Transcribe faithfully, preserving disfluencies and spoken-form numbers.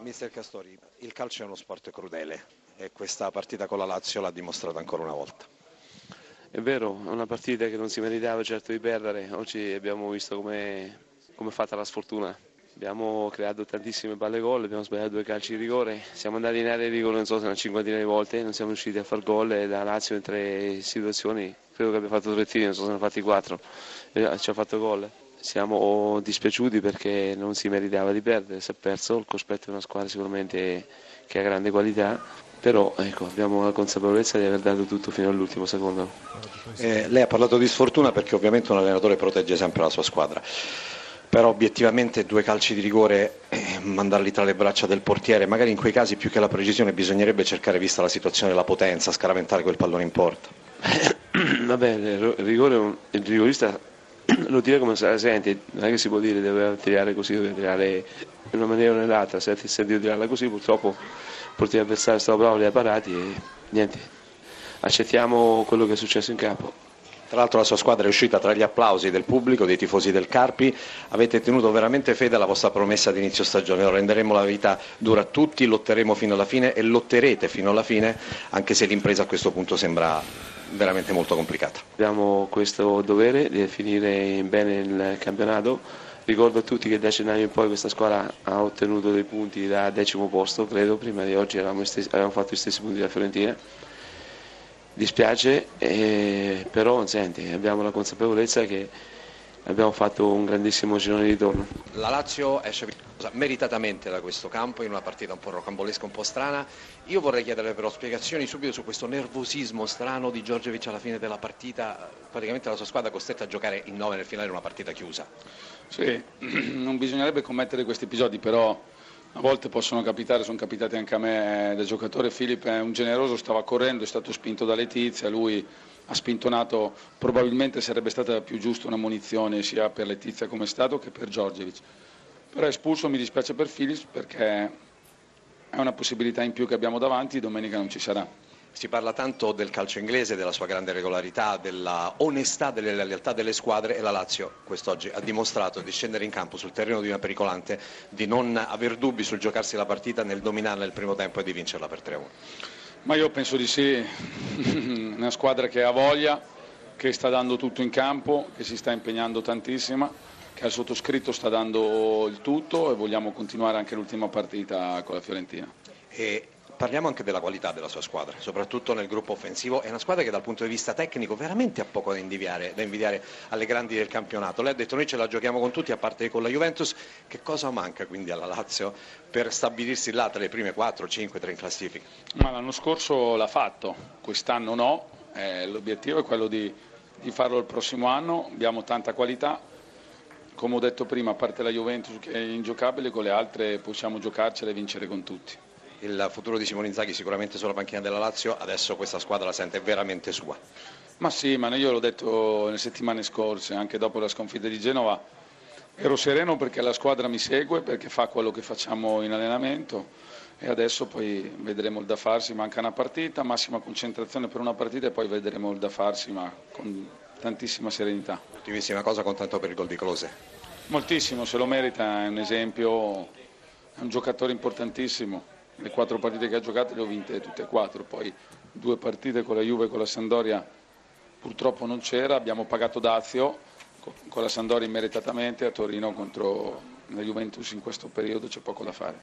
Mister Castori, il calcio è uno sport crudele e questa partita con la Lazio l'ha dimostrato ancora una volta. È vero, è una partita che non si meritava certo di perdere. Oggi abbiamo visto come è fatta la sfortuna. Abbiamo creato tantissime palle gol, abbiamo sbagliato due calci di rigore, siamo andati in area di rigore non so se una cinquantina di volte, non siamo riusciti a far gol e la Lazio in tre situazioni, credo che abbia fatto tre tiri, non so se ne ha fatti quattro, e ci ha fatto gol. Siamo dispiaciuti perché non si meritava di perdere, si è perso, il Cospetto è una squadra sicuramente che ha grande qualità, però ecco, abbiamo la consapevolezza di aver dato tutto fino all'ultimo secondo. Eh, lei ha parlato di sfortuna perché ovviamente un allenatore protegge sempre la sua squadra, però obiettivamente due calci di rigore, eh, mandarli tra le braccia del portiere, magari in quei casi più che la precisione bisognerebbe cercare, vista la situazione, la potenza, scaraventare quel pallone in porta. Vabbè, il rigore, il rigorista lo tira come se la sente, non è che si può dire deve tirare così, deve tirare in una maniera o nell'altra, se ti senti di tirarla così purtroppo il portiere avversario stava bravo, li ha parati e niente, accettiamo quello che è successo in campo. Tra l'altro la sua squadra è uscita tra gli applausi del pubblico, dei tifosi del Carpi, avete tenuto veramente fede alla vostra promessa di inizio stagione, lo renderemo la vita dura a tutti, lotteremo fino alla fine e lotterete fino alla fine, anche se l'impresa a questo punto sembra veramente molto complicata. Abbiamo questo dovere di finire bene il campionato, ricordo a tutti che da gennaio in poi questa squadra ha ottenuto dei punti da decimo posto, credo, prima di oggi avevamo, stessi, avevamo fatto gli stessi punti della Fiorentina. Dispiace, eh, però senti, abbiamo la consapevolezza che abbiamo fatto un grandissimo girone di ritorno. La Lazio esce meritatamente da questo campo in una partita un po' rocambolesca, un po' strana. Io vorrei chiedere però spiegazioni subito su questo nervosismo strano di Djordjevic alla fine della partita, praticamente la sua squadra costretta a giocare in nove nel finale di una partita chiusa. Sì, non bisognerebbe commettere questi episodi, però a volte possono capitare, sono capitati anche a me da giocatore. Filippo è un generoso, stava correndo, è stato spinto da Letizia, lui ha spintonato, probabilmente sarebbe stata più giusta una munizione sia per Letizia come è stato che per Djordjevic. Però è espulso, mi dispiace per Filippo perché è una possibilità in più che abbiamo davanti, domenica non ci sarà. Si parla tanto del calcio inglese, della sua grande regolarità, della onestà, della lealtà delle squadre e la Lazio quest'oggi ha dimostrato di scendere in campo sul terreno di una pericolante, di non aver dubbi sul giocarsi la partita, nel dominarla nel primo tempo e di vincerla per tre a uno. Ma io penso di sì, una squadra che ha voglia, che sta dando tutto in campo, che si sta impegnando tantissimo, che al sottoscritto sta dando il tutto e vogliamo continuare anche l'ultima partita con la Fiorentina. E parliamo anche della qualità della sua squadra, soprattutto nel gruppo offensivo. È una squadra che dal punto di vista tecnico veramente ha poco da invidiare, da invidiare alle grandi del campionato. Lei ha detto noi ce la giochiamo con tutti a parte che con la Juventus. Che cosa manca quindi alla Lazio per stabilirsi là tra le prime quattro cinque, tre in classifica? Ma l'anno scorso l'ha fatto, quest'anno no, eh, l'obiettivo è quello di, di farlo il prossimo anno, abbiamo tanta qualità. Come ho detto prima, a parte la Juventus che è ingiocabile, con le altre possiamo giocarcela e vincere con tutti. Il futuro di Simone Inzaghi sicuramente sulla panchina della Lazio, adesso questa squadra la sente veramente sua. Ma sì, ma io l'ho detto nelle settimane scorse, anche dopo la sconfitta di Genova, ero sereno perché la squadra mi segue, perché fa quello che facciamo in allenamento e adesso poi vedremo il da farsi, manca una partita, massima concentrazione per una partita e poi vedremo il da farsi, ma con tantissima serenità. Ultimissima cosa, contento per il gol di Klose? Moltissimo, se lo merita, è un esempio, è un giocatore importantissimo. Le quattro partite che ha giocato le ho vinte tutte e quattro, poi due partite con la Juve e con la Sampdoria purtroppo non c'era, abbiamo pagato dazio con la Sampdoria immeritatamente, a Torino contro la Juventus in questo periodo c'è poco da fare.